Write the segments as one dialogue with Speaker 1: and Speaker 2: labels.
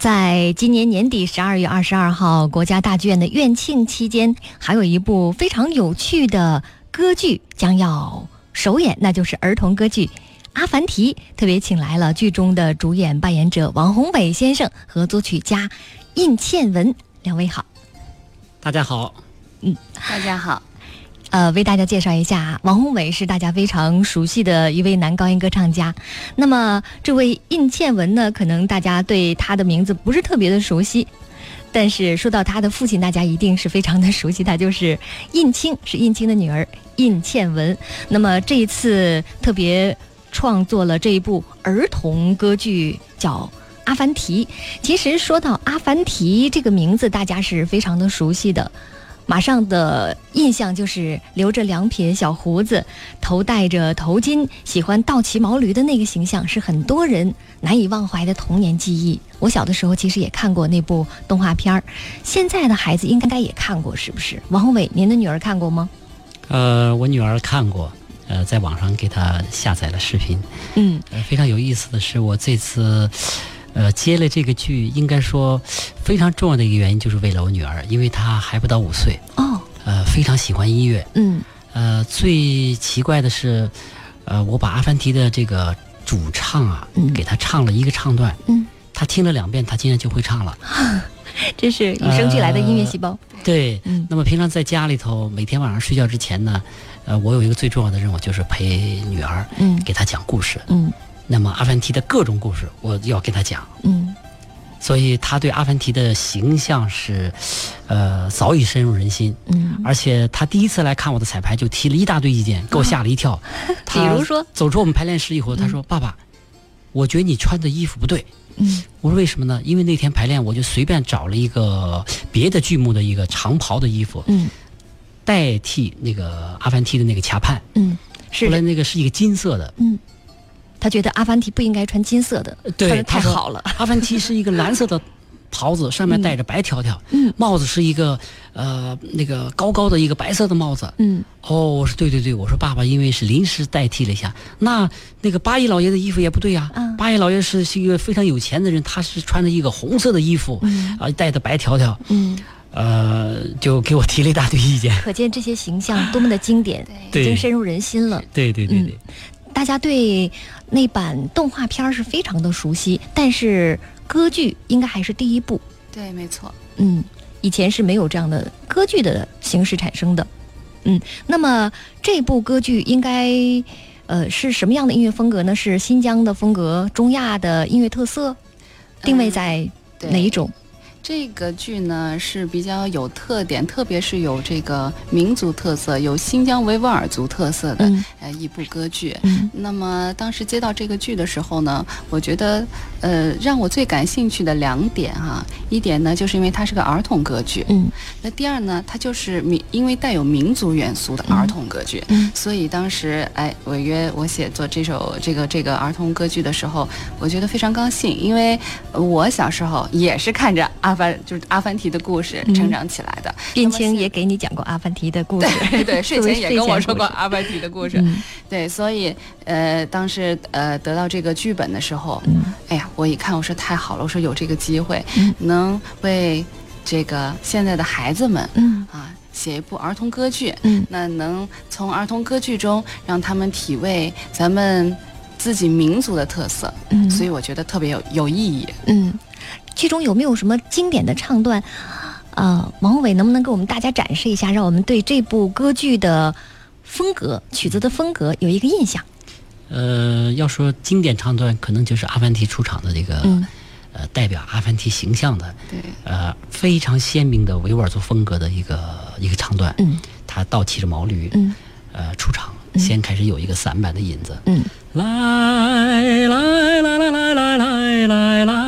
Speaker 1: 在今年年底12月22号，国家大剧院的院庆期间，还有一部非常有趣的歌剧将要首演，那就是儿童歌剧《阿凡提》，特别请来了剧中的主演扮演者王宏伟先生和作曲家印倩文，两位好。
Speaker 2: 大家好。
Speaker 3: 大家好。
Speaker 1: 为大家介绍一下，王宏伟是大家非常熟悉的一位男高音歌唱家。那么这位印倩文呢，可能大家对他的名字不是特别的熟悉，但是说到他的父亲，大家一定是非常的熟悉，他就是印卿，是印卿的女儿印倩文。那么这一次特别创作了这一部儿童歌剧，叫阿凡提。其实说到阿凡提这个名字，大家是非常的熟悉的，马上的印象就是留着两撇小胡子，头戴着头巾，喜欢倒骑毛驴的那个形象，是很多人难以忘怀的童年记忆。我小的时候其实也看过那部动画片，现在的孩子应该也看过，是不是？王宏伟，您的女儿看过吗？
Speaker 2: 我女儿看过，在网上给她下载了视频。非常有意思的是，我这次接了这个剧，应该说非常重要的一个原因就是为了我女儿，因为她还不到5岁非常喜欢音乐。最奇怪的是，我把阿凡提的这个主唱给她唱了一个唱段，她听了2遍，她竟然就会唱了。
Speaker 1: 这是与生俱来的音乐细胞。
Speaker 2: 对。那么平常在家里头，每天晚上睡觉之前呢，我有一个最重要的任务，就是陪女儿，给她讲故事。那么阿凡提的各种故事我要给他讲。所以他对阿凡提的形象是早已深入人心。而且他第一次来看我的彩排就提了一大堆意见，给我吓了一跳。
Speaker 1: 比如说
Speaker 2: 走出我们排练室以后，他说爸爸，我觉得你穿的衣服不对。我说为什么呢？因为那天排练我就随便找了一个别的剧目的一个长袍的衣服，代替那个阿凡提的那个卡帕。后来那个是一个金色的。
Speaker 1: 他觉得阿凡提不应该穿金色的，穿得太好了。
Speaker 2: 阿凡提是一个蓝色的袍子，上面带着白条条，帽子是一个那个高高的一个白色的帽子。我说对，我说爸爸因为是临时代替了一下，那个八一老爷的衣服也不对啊。八一老爷是一个非常有钱的人，他是穿着一个红色的衣服，带着白条条。就给我提了一大堆意见。
Speaker 1: 可见这些形象多么的经典，已经深入人心了。
Speaker 2: 对。
Speaker 1: 大家对那版动画片是非常的熟悉，但是歌剧应该还是第一部。
Speaker 3: 对，没错。
Speaker 1: 以前是没有这样的歌剧的形式产生的。那么这部歌剧应该是什么样的音乐风格呢？是新疆的风格，中亚的音乐特色，定位在哪一种？
Speaker 3: 这个剧呢是比较有特点，特别是有这个民族特色，有新疆维吾尔族特色的一部歌剧。那么当时接到这个剧的时候呢，我觉得让我最感兴趣的2点一点呢就是因为它是个儿童歌剧。那第二呢，它就是因为带有民族元素的儿童歌剧。所以当时我约我写作这个儿童歌剧的时候，我觉得非常高兴，因为我小时候也是看着就是阿凡提的故事成长起来的。
Speaker 1: 印卿也给你讲过阿凡提的故事。
Speaker 3: 对，睡前也跟我说过阿凡提的故事。对，所以当时得到这个剧本的时候，我一看，我说太好了，我说有这个机会，能为这个现在的孩子们写一部儿童歌剧，那能从儿童歌剧中让他们体味咱们自己民族的特色。所以我觉得特别有意义。
Speaker 1: 剧中有没有什么经典的唱段？王宏伟能不能给我们大家展示一下，让我们对这部歌剧的风格、曲子的风格有一个印象？
Speaker 2: 要说经典唱段，可能就是阿凡提出场的这个代表阿凡提形象的，非常鲜明的维吾尔族风格的一个唱段。他倒骑着毛驴，出场，先开始有一个散板的引子，来来来来来来来来来。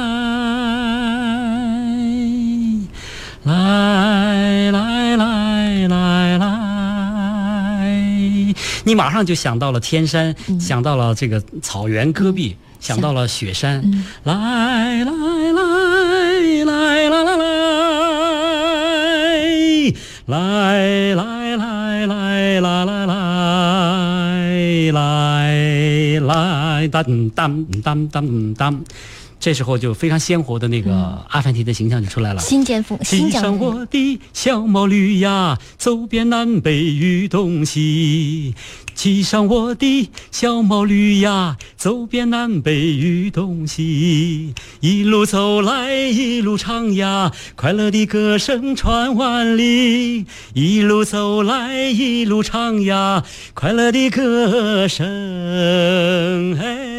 Speaker 2: 来来来来来，你马上就想到了天山，想到了这个草原戈壁，想到了雪山。来来来来来来来来来来来来来来，当当当当当。 这时候就非常鲜活的那个阿凡提的形象就出来了。
Speaker 1: 新疆风，
Speaker 2: 骑上我的小毛驴呀，走遍南北与东西。骑上我的小毛驴呀，走遍南北与东西。一路走来一路唱呀，快乐的歌声传万里。一路走来一路唱呀，快乐的歌声，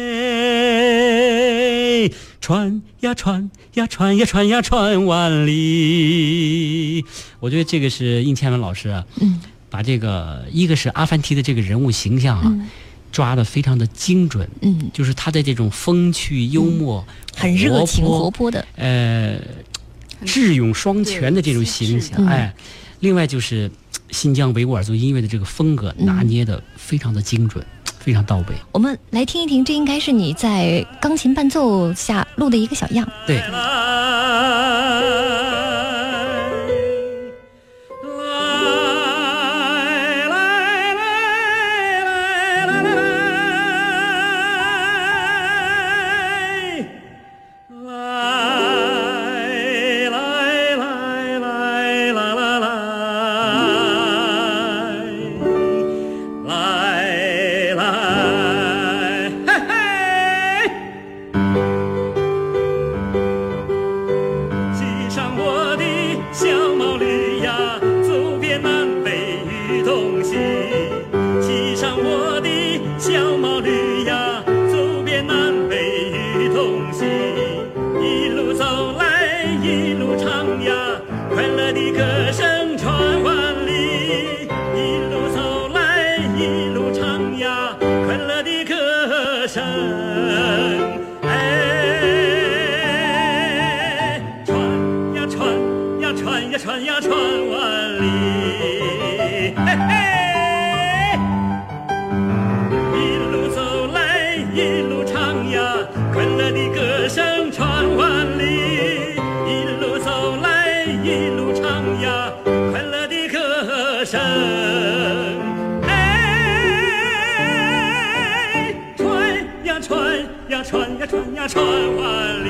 Speaker 2: 哎，传呀传呀传呀传呀传万里。我觉得这个是应倩文老师啊，把这个一个是阿凡提的这个人物形象啊，抓得非常的精准，就是他的这种风趣幽默，
Speaker 1: 很热情活泼的，
Speaker 2: 智勇双全的这种形象，哎，另外就是新疆维吾尔族音乐的这个风格拿捏的非常的精准，非常到位。
Speaker 1: 我们来听一听，这应该是你在钢琴伴奏下录的一个小样。
Speaker 2: 对。
Speaker 1: 传万里。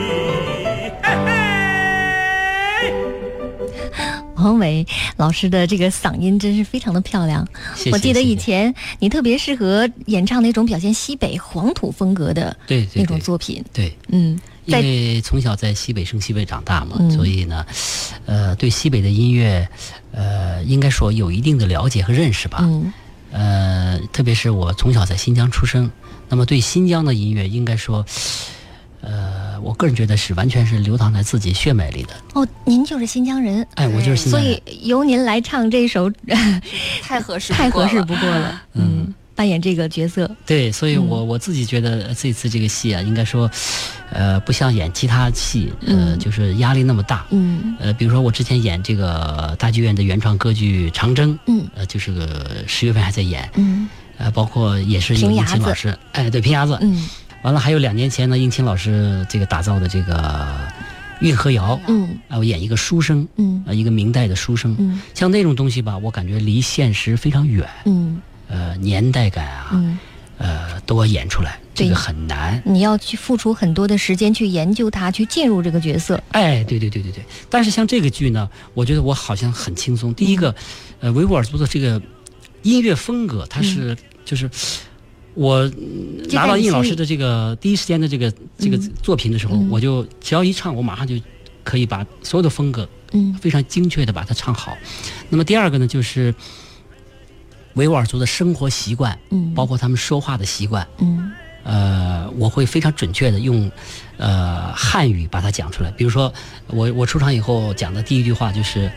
Speaker 1: 王伟老师的这个嗓音真是非常的漂亮。
Speaker 2: 谢谢。
Speaker 1: 我记得以前你特别适合演唱那种表现西北黄土风格的那种作品。
Speaker 2: 对，因为从小在西北生西北长大嘛，所以呢，对西北的音乐，应该说有一定的了解和认识吧。特别是我从小在新疆出生，那么对新疆的音乐应该说，我个人觉得是完全是流淌在自己血脉里的。
Speaker 1: 哦，您就是新疆人。
Speaker 2: 哎，我就是新疆人。
Speaker 1: 所以由您来唱这首
Speaker 3: 太合适
Speaker 1: 不过了。扮演这个角色。
Speaker 2: 对，所以我自己觉得这次这个戏啊，应该说不像演其他戏，就是压力那么大。比如说我之前演这个大剧院的原创歌剧《长征》，就是个10月份还在演。包括也是有应勤老师，哎，对，平牙子。完了还有2年前呢，应勤老师这个打造的这个运河谣，我演一个书生，一个明代的书生，像那种东西吧，我感觉离现实非常远，年代感啊，都要演出来，这个很难。你
Speaker 1: 要去付出很多的时间去研究它，去进入这个角色。
Speaker 2: 哎，对。但是像这个剧呢，我觉得我好像很轻松。第一个，维吾尔族的这个音乐风格，它是就是我拿到应老师的这个第一时间的这个作品的时候，我就只要一唱，我马上就可以把所有的风格，非常精确的把它唱好。那么第二个呢，就是维吾尔族的生活习惯，包括他们说话的习惯，我会非常准确的用汉语把它讲出来。比如说我出场以后讲的第一句话就是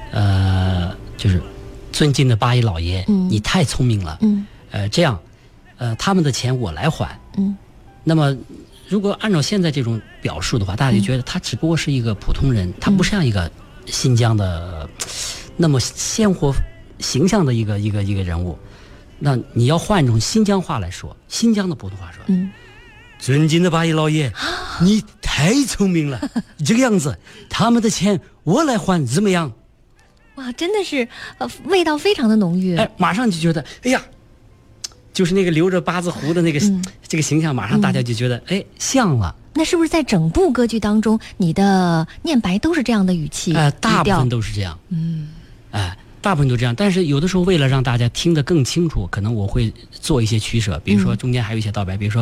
Speaker 2: 尊敬的八一老爷，你太聪明了，这样他们的钱我来还。那么如果按照现在这种表述的话，大家就觉得他只不过是一个普通人，他不像一个新疆的那么鲜活形象的一个人物。那你要换一种新疆话来说，新疆的普通话说，尊敬的八一老爷，你太聪明了，这个样子他们的钱我来还，怎么样？哇，
Speaker 1: 真的是味道非常的浓郁。
Speaker 2: 哎，马上就觉得，哎呀， 就是那个留着八字胡的那个、这个形象，马上大家就觉得哎像了。
Speaker 1: 那是不是在整部歌剧当中，你的念白都是这样的语气？
Speaker 2: 大部分都是这样。大部分都这样。但是有的时候为了让大家听得更清楚，可能我会做一些取舍，比如说中间还有一些道白，比如说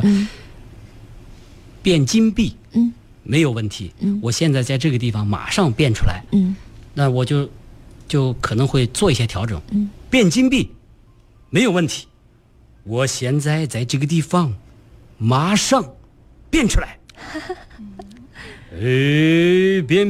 Speaker 2: 变金币，没有问题。我现在在这个地方马上变出来，那我就可能会做一些调整。变金币没有问题，我现在在这个地方马上变出来。变，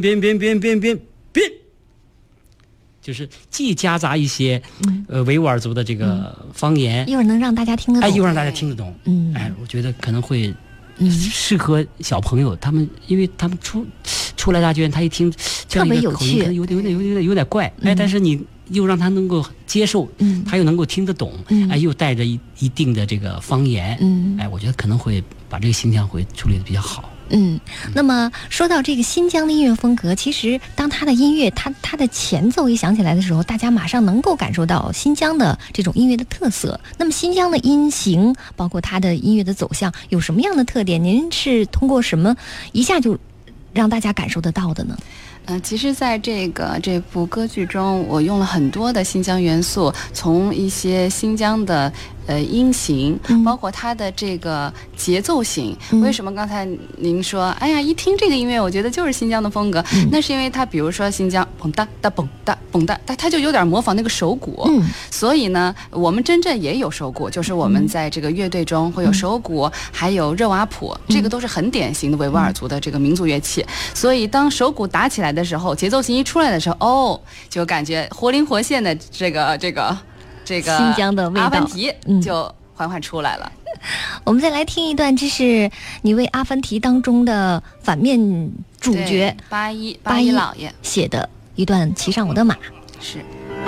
Speaker 2: 就是既夹杂一些维吾尔族的这个方言，
Speaker 1: 一会儿能让大家听得懂，
Speaker 2: 一会儿让大家听得懂。我觉得可能会适合小朋友，他们因为他们初来大剧院，他一听这样一个口音，可能有点怪，但是你又让他能够接受，他又能够听得懂，又带着一定的这个方言，我觉得可能会把这个形象会处理得比较好。
Speaker 1: 那么说到这个新疆的音乐风格，其实当它的音乐它的前奏一响起来的时候，大家马上能够感受到新疆的这种音乐的特色。那么新疆的音型，包括它的音乐的走向，有什么样的特点？您是通过什么一下就让大家感受得到的呢？
Speaker 3: 其实在这部歌剧中，我用了很多的新疆元素，从一些新疆的音型，包括它的这个节奏型。为什么刚才您说，哎呀，一听这个音乐，我觉得就是新疆的风格？那是因为它，比如说新疆蹦哒哒蹦哒蹦哒，它就有点模仿那个手鼓。所以呢，我们真正也有手鼓，就是我们在这个乐队中会有手鼓，还有热瓦普，这个都是很典型的维吾尔族的这个民族乐器。所以当手鼓打起来的时候，节奏型一出来的时候，就感觉活灵活现的这个
Speaker 1: 新疆的味道，
Speaker 3: 阿凡提就缓缓出来了。
Speaker 1: 我们再来听一段，这是你为《阿凡提》当中的反面主角
Speaker 3: 八一老爷
Speaker 1: 写的一段《骑上我的马》。
Speaker 3: 是。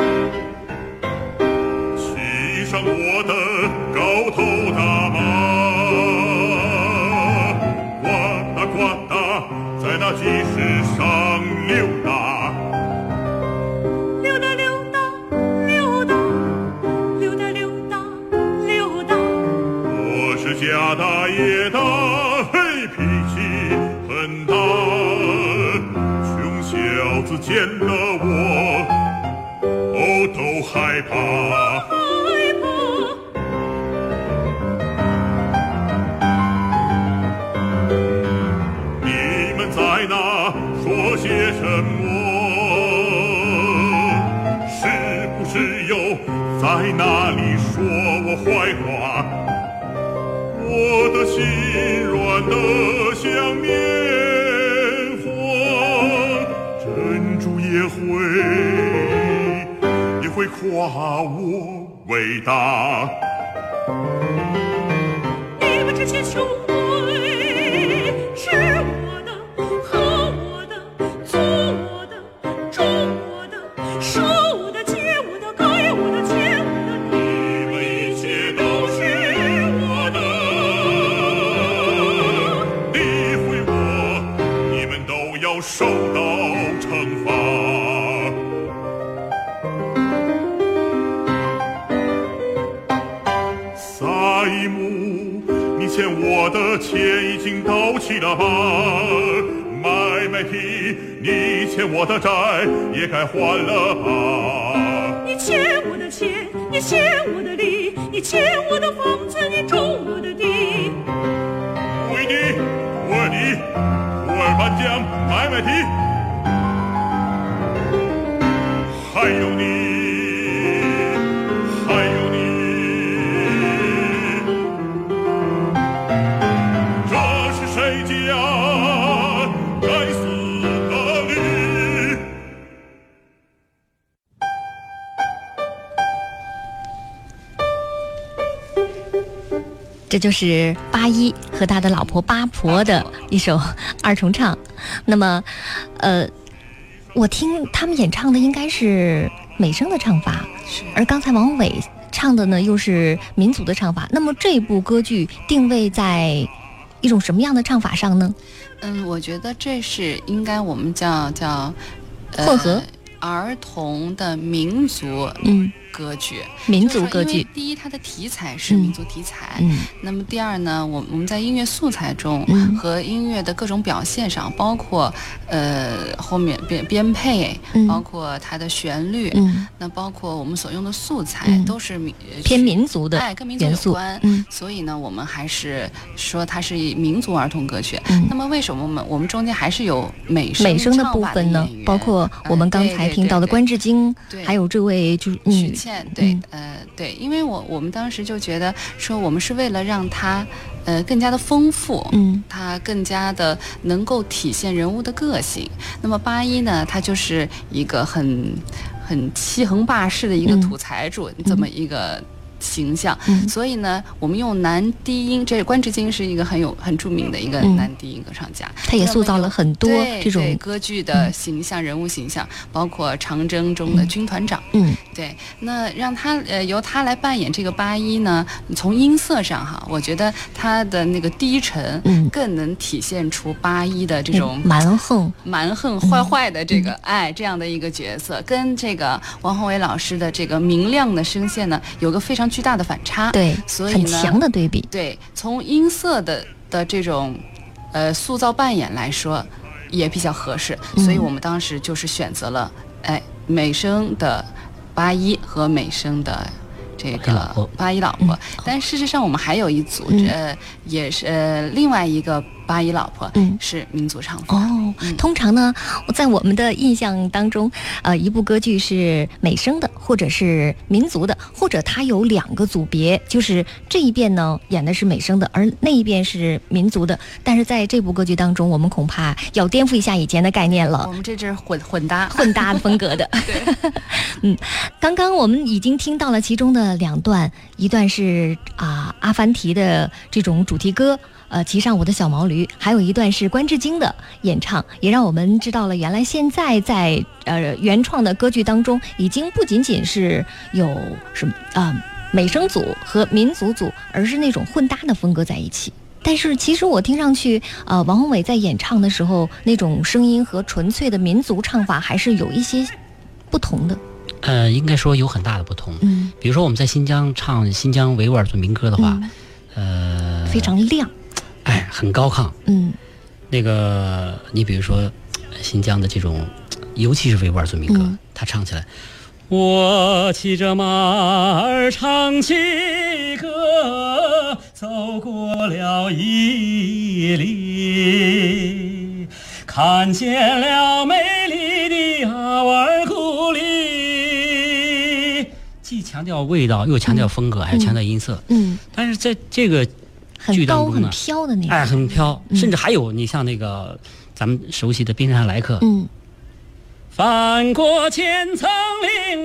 Speaker 4: 骑上我的高头大马，呱嗒呱嗒，在那集市上溜达。家大业大，嘿，脾气很大，穷小子见了我，都害怕。你们在那说些什么？是不是又在那里说我坏话？我的心软得像棉花，珍珠也会夸我伟大。
Speaker 5: 你们这些兄妹是我的，喝我的，租我的，种我的，收我的，借我的，给我的，欠我的，你们一切都是我的。
Speaker 4: 受到惩罚。萨伊姆，你欠我的钱已经到期了吧？麦提，你欠我的债也该还了吧？
Speaker 5: 你欠我的钱，你欠我的地，你欠我的房子，你种我的地。
Speaker 4: 维尼，土尔尼，土尔班江，麦提，还有你，还有你，这是谁家该死的驴？
Speaker 1: 这就是八一和他的老婆八婆的一首二重唱。那么我听他们演唱的应该是美声的唱法，而刚才王伟唱的呢又是民族的唱法。那么这部歌剧定位在一种什么样的唱法上呢？
Speaker 3: 我觉得这是应该我们叫
Speaker 1: 混合
Speaker 3: 儿童的民族歌剧，
Speaker 1: 民族歌剧。
Speaker 3: 第一，它的题材是民族题材。那么第二呢，我们在音乐素材中和音乐的各种表现上，包括后面编配，包括它的旋律，那包括我们所用的素材，都是
Speaker 1: 偏民族的
Speaker 3: 跟民族有关。所以呢，我们还是说它是民族儿童歌曲。那么为什么我们中间还是有美声
Speaker 1: 的部分呢？包括我们刚才听到的关智京，还有这位就是
Speaker 3: 许倩，对，因为我们当时就觉得说，我们是为了让它更加的丰富，它更加的能够体现人物的个性。那么八一呢，它就是一个很欺横霸市的一个土财主，这么一个形象。所以呢，我们用男低音，这关智京是一个很著名的一个男低音歌唱家，
Speaker 1: 他也塑造了很多这种
Speaker 3: 歌剧的形象、人物形象，包括长征中的军团长。对，那让他由他来扮演这个八一呢，从音色上哈，我觉得他的那个低沉，更能体现出八一的这种
Speaker 1: 蛮横、
Speaker 3: 坏的这个这样的一个角色，跟这个王宏伟老师的这个明亮的声线呢，有个非常巨大的反差。
Speaker 1: 对，
Speaker 3: 所以呢，
Speaker 1: 很强的对比。
Speaker 3: 对，从音色的这种塑造扮演来说，也比较合适。所以我们当时就是选择了美声的八一和美声的这个八一老婆。但事实上我们还有一组，也是另外一个八一老婆，是民族唱法。
Speaker 1: 通常呢，在我们的印象当中，一部歌剧是美声的，或者是民族的，或者它有两个组别，就是这一边呢演的是美声的，而那一边是民族的。但是在这部歌剧当中，我们恐怕要颠覆一下以前的概念了。
Speaker 3: 我们这是混搭
Speaker 1: 的风格的。对，刚刚我们已经听到了其中的两段，一段是阿凡提的这种主题歌。骑上我的小毛驴，还有一段是关智京的演唱，也让我们知道了原来现在在原创的歌剧当中，已经不仅仅是有什么美声组和民族组，而是那种混搭的风格在一起。但是其实我听上去，王宏伟在演唱的时候，那种声音和纯粹的民族唱法还是有一些不同的。
Speaker 2: 应该说有很大的不同。比如说我们在新疆唱新疆维吾尔族民歌的话，
Speaker 1: 非常亮。
Speaker 2: 很高亢。那个你比如说新疆的这种，尤其是维吾尔族民歌，他唱起来，我骑着马儿唱起歌，走过了一里，看见了美丽的阿瓦尔古里，既强调味道，又强调风格，还强调音色。但是在这个剧当中呢，
Speaker 1: 很飘的那种，
Speaker 2: 很飘，甚至还有你像那个咱们熟悉的冰山来客，翻过千层岭，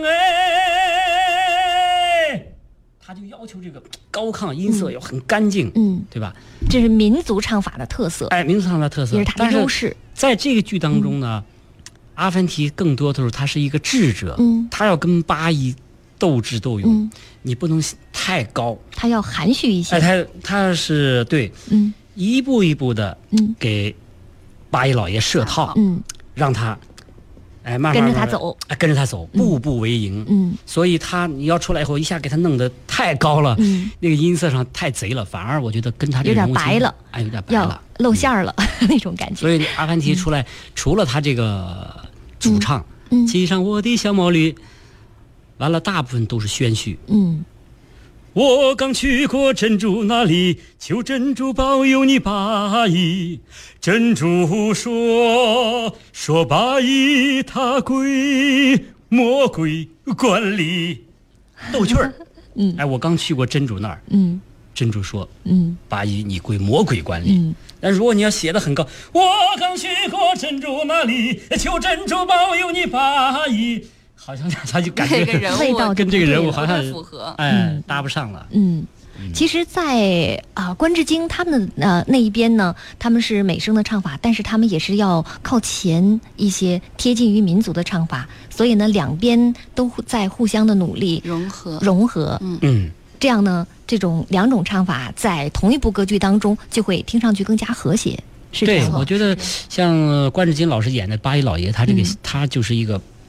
Speaker 2: 他就要求这个高亢音色要很干净，对吧？
Speaker 1: 这是民族唱法的特色，
Speaker 2: 民族唱法的特色
Speaker 1: 也是他的优势。
Speaker 2: 在这个剧当中呢，阿凡提更多的是他是一个智者，他要跟八一斗智斗勇，你不能太高，
Speaker 1: 他要含蓄一些。
Speaker 2: 他是对，一步一步的给八一老爷设套，让他慢慢
Speaker 1: 跟着他走，
Speaker 2: 步步为营。所以你要出来以后，一下给他弄得太高了，那个音色上太贼了，反而我觉得跟他
Speaker 1: 有点白了，
Speaker 2: 有点白了，
Speaker 1: 露馅了那种感觉。
Speaker 2: 所以阿凡提出来，除了他这个主唱，骑上我的小毛驴。完了，大部分都是宣叙。我刚去过珍珠那里，求珍珠保佑你八一。珍珠说八一他归魔鬼管理，逗趣儿。我刚去过珍珠那儿。珍珠说，八一你归魔鬼管理。但如果你要写得很高，我刚去过珍珠那里，求珍珠保佑你八一。好像他就感觉
Speaker 1: 味道
Speaker 2: 跟这个人物好像
Speaker 3: 符合，
Speaker 2: 搭不上了。
Speaker 1: 其实在关智京他们的那一边呢，他们是美声的唱法，但是他们也是要靠前一些，贴近于民族的唱法，所以呢两边都在互相的努力融合。这样呢，这种两种唱法在同一部歌剧当中就会听上去更加和谐。是这样。
Speaker 2: 对，我觉得像关智京老师演的八一老爷，他这个他就是一个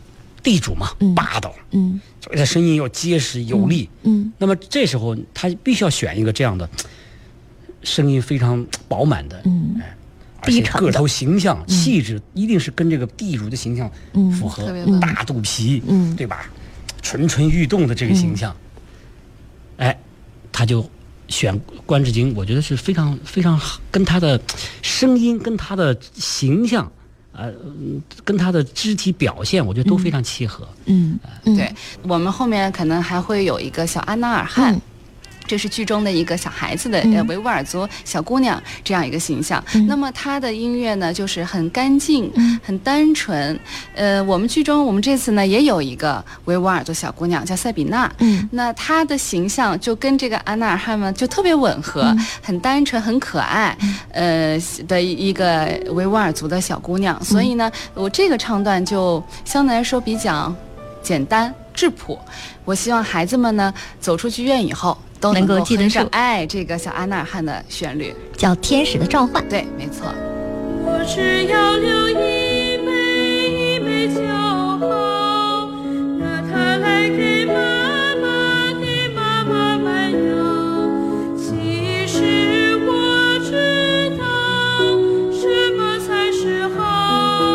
Speaker 2: 地主嘛，霸道，所以他声音要结实有力，那么这时候他必须要选一个这样的声音非常饱满的，而且个头形象气质一定是跟这个地主的形象符合，大肚皮，对吧？蠢蠢欲动的这个形象，他就选关之琳，我觉得是非常非常跟他的声音、跟他的形象，跟他的肢体表现，我觉得都非常契合。
Speaker 3: 对，我们后面可能还会有一个小安娜尔汗。这是剧中的一个小孩子的维吾尔族小姑娘这样一个形象。那么她的音乐呢，就是很干净、很单纯。我们剧中我们这次呢也有一个维吾尔族小姑娘叫塞比娜。那她的形象就跟这个安娜尔汗呢就特别吻合，很单纯、很可爱，的一个维吾尔族的小姑娘。所以呢，我这个唱段就相对来说比较简单质朴。我希望孩子们呢走出剧院以后都能够记得住这个小安娜尔汗的旋律，
Speaker 1: 叫《天使的召唤》。
Speaker 3: 对，没错。
Speaker 5: 我只要留一杯酒好，拿它来给妈妈买药。其实我知道什么才是好。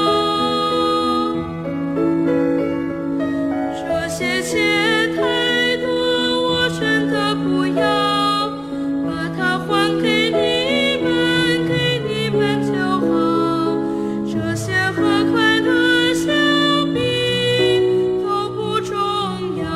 Speaker 5: 这些钱太多，我真的不要，把它还给你们就好。这些和快乐相比都不重要。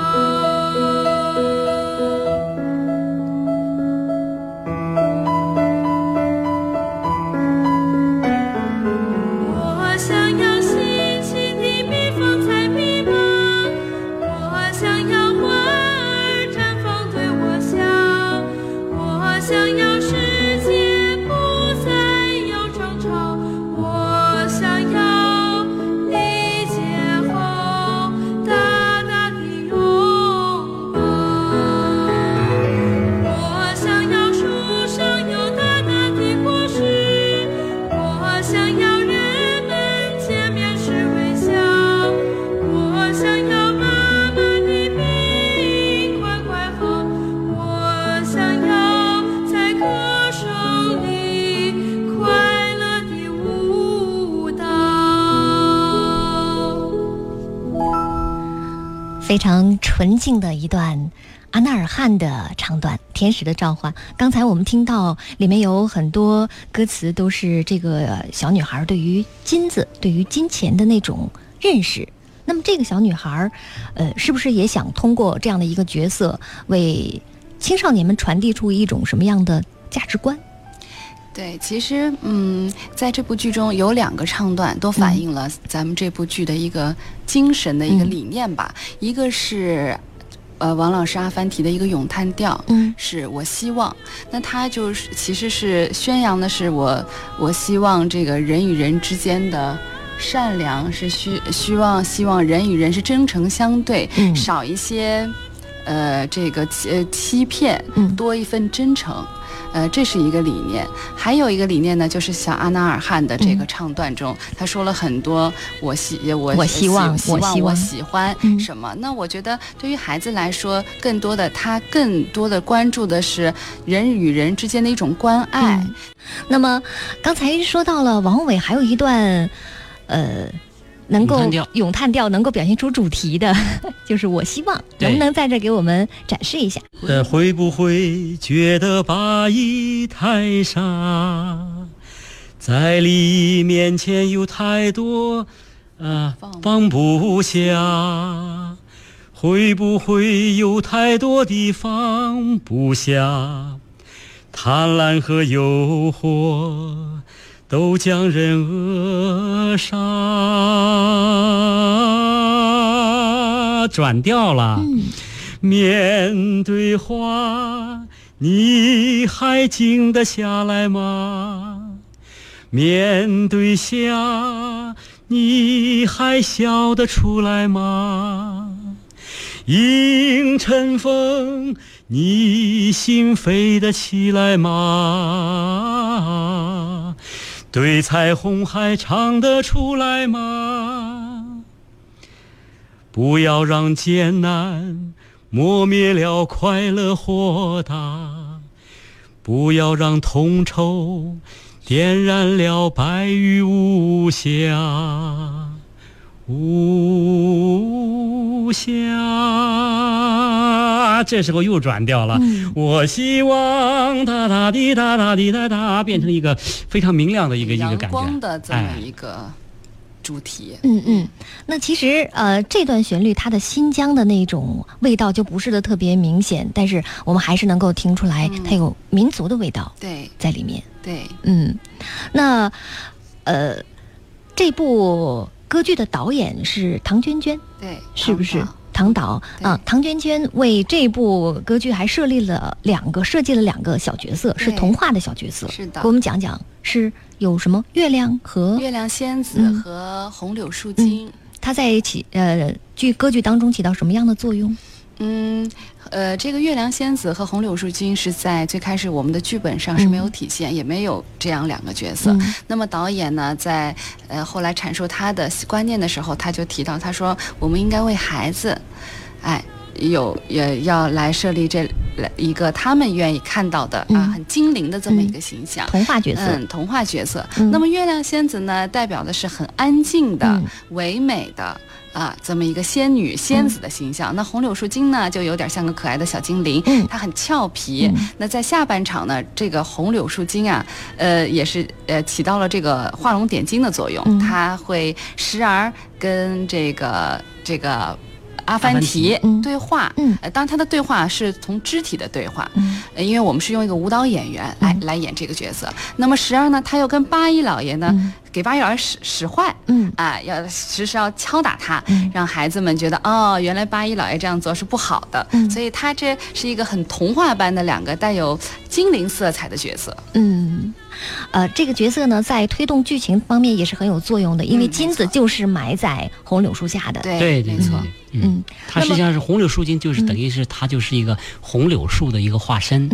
Speaker 5: 我想要新奇的蜜蜂采蜜吗？我想要花儿绽放对我笑，我想要世界不再有争吵，我想要理解后大大的拥抱，我想要树上有大大的果实，我想要人们见面时微笑，我想要妈妈的病快好，我想要在歌声里快乐的舞蹈。
Speaker 1: 非常纯净的一段阿纳尔汗的唱段《天使的召唤》。刚才我们听到里面有很多歌词都是这个小女孩对于金子、对于金钱的那种认识。那么这个小女孩是不是也想通过这样的一个角色为青少年们传递出一种什么样的价值观？
Speaker 3: 对，其实在这部剧中有2个唱段都反映了咱们这部剧的一个精神的一个理念吧。一个是王老师阿凡提的一个咏叹调，是我希望。那它就是其实是宣扬的是我希望这个人与人之间的善良，是希望人与人是真诚相对，少一些这个欺骗，多一份真诚。这是一个理念。还有一个理念呢，就是像阿纳尔汗的这个唱段中，他说了很多我喜欢什么。那我觉得对于孩子来说，他更多的关注的是人与人之间的一种关爱。
Speaker 1: 那么刚才说到了王宏伟还有一段能够咏叹调能够表现出主题的就是我希望，能不能在这给我们展示一下？
Speaker 6: 会不会觉得八一太傻，在你面前有太多放不下，会不会有太多的放不下，贪婪和诱惑都将人扼杀。转调了。面对花，你还静得下来吗？面对夏，你还笑得出来吗？迎晨风，你心飞得起来吗？对彩虹还唱得出来吗？ 不要让艰难磨灭了快乐豁达，不要让同愁点燃了白玉无瑕，无瑕。这时候又转调了，我希望哒哒滴哒哒滴哒哒，变成一个非常明亮的一个感觉，
Speaker 3: 阳光的这么一个主题。
Speaker 1: 那其实这段旋律它的新疆的那种味道就不是的特别明显，但是我们还是能够听出来它有民族的味道在里面。
Speaker 3: 对，
Speaker 1: 那这部歌剧的导演是唐娟娟，
Speaker 3: 对，
Speaker 1: 是不是？唐导啊，唐娟娟为这部歌剧还设计了两个小角色，是童话的小角色。
Speaker 3: 是的，
Speaker 1: 给我们讲讲是有什么月亮
Speaker 3: 仙子和红柳树精，
Speaker 1: 它在歌剧当中起到什么样的作用？
Speaker 3: 这个月亮仙子和红柳树精是在最开始我们的剧本上是没有体现，也没有这样两个角色。那么导演呢，在后来阐述他的观念的时候，他就提到，他说我们应该为孩子，也要来设立这一个他们愿意看到的很精灵的这么一个形象，
Speaker 1: 童话角色。
Speaker 3: 童话角色。那么月亮仙子呢，代表的是很安静的、唯美的。这么一个仙子的形象。那红柳树精呢，就有点像个可爱的小精灵，它很俏皮。那在下半场呢，这个红柳树精也是起到了这个画龙点睛的作用，它会时而跟这个阿凡提对话，当然他的对话是从肢体的对话，因为我们是用一个舞蹈演员来演这个角色。那么时而呢，他又跟八一老爷呢，给八一老爷使坏，要时要敲打他，让孩子们觉得原来八一老爷这样做是不好的。所以他这是一个很童话般的两个带有精灵色彩的角色。
Speaker 1: 这个角色呢，在推动剧情方面也是很有作用的，因为金子就是埋在红柳树下的。
Speaker 3: 对，没错。
Speaker 2: 它实际上是红柳树精，就是等于是它就是一个红柳树的一个化身。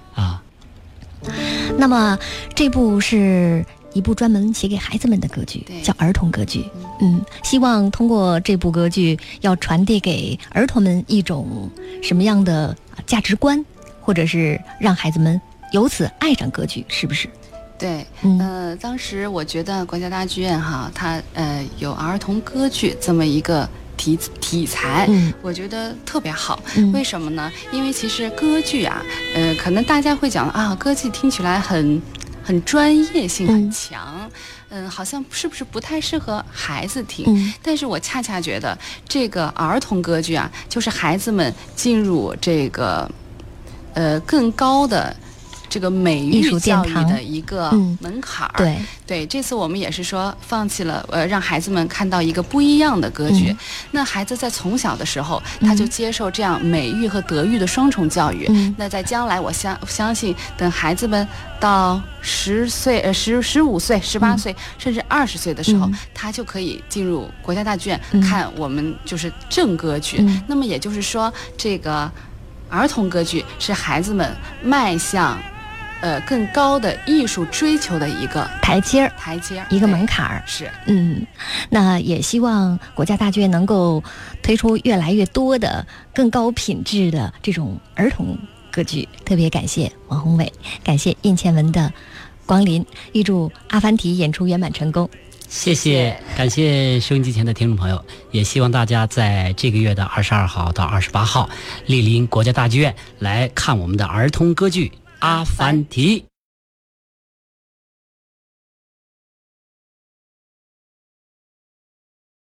Speaker 1: 那么这部是一部专门写给孩子们的歌剧，叫儿童歌剧。希望通过这部歌剧要传递给儿童们一种什么样的价值观，或者是让孩子们由此爱上歌剧，是不是？
Speaker 3: 对，当时我觉得国家大剧院它有儿童歌剧这么一个题材，我觉得特别好。为什么呢？因为其实歌剧可能大家会讲歌剧听起来很专业性很强，好像是不是不太适合孩子听？但是我恰恰觉得这个儿童歌剧就是孩子们进入这个更高的这个美育教育的一个门槛儿。对，这次我们也是说放弃了让孩子们看到一个不一样的歌剧。那孩子在从小的时候他就接受这样美育和德育的双重教育。那在将来我相信等孩子们到15岁、18岁甚至20岁的时候，他就可以进入国家大剧院看我们就是正歌剧。那么也就是说，这个儿童歌剧是孩子们迈向更高的艺术追求的一个台阶，一个门槛儿。是，
Speaker 1: 那也希望国家大剧院能够推出越来越多的更高品质的这种儿童歌剧。特别感谢王宏伟，感谢印倩文的光临，预祝阿凡提演出圆满成功。
Speaker 2: 谢谢，感谢收音机前的听众朋友，也希望大家在这个月的22号到28号莅临国家大剧院来看我们的儿童歌剧《阿凡提》。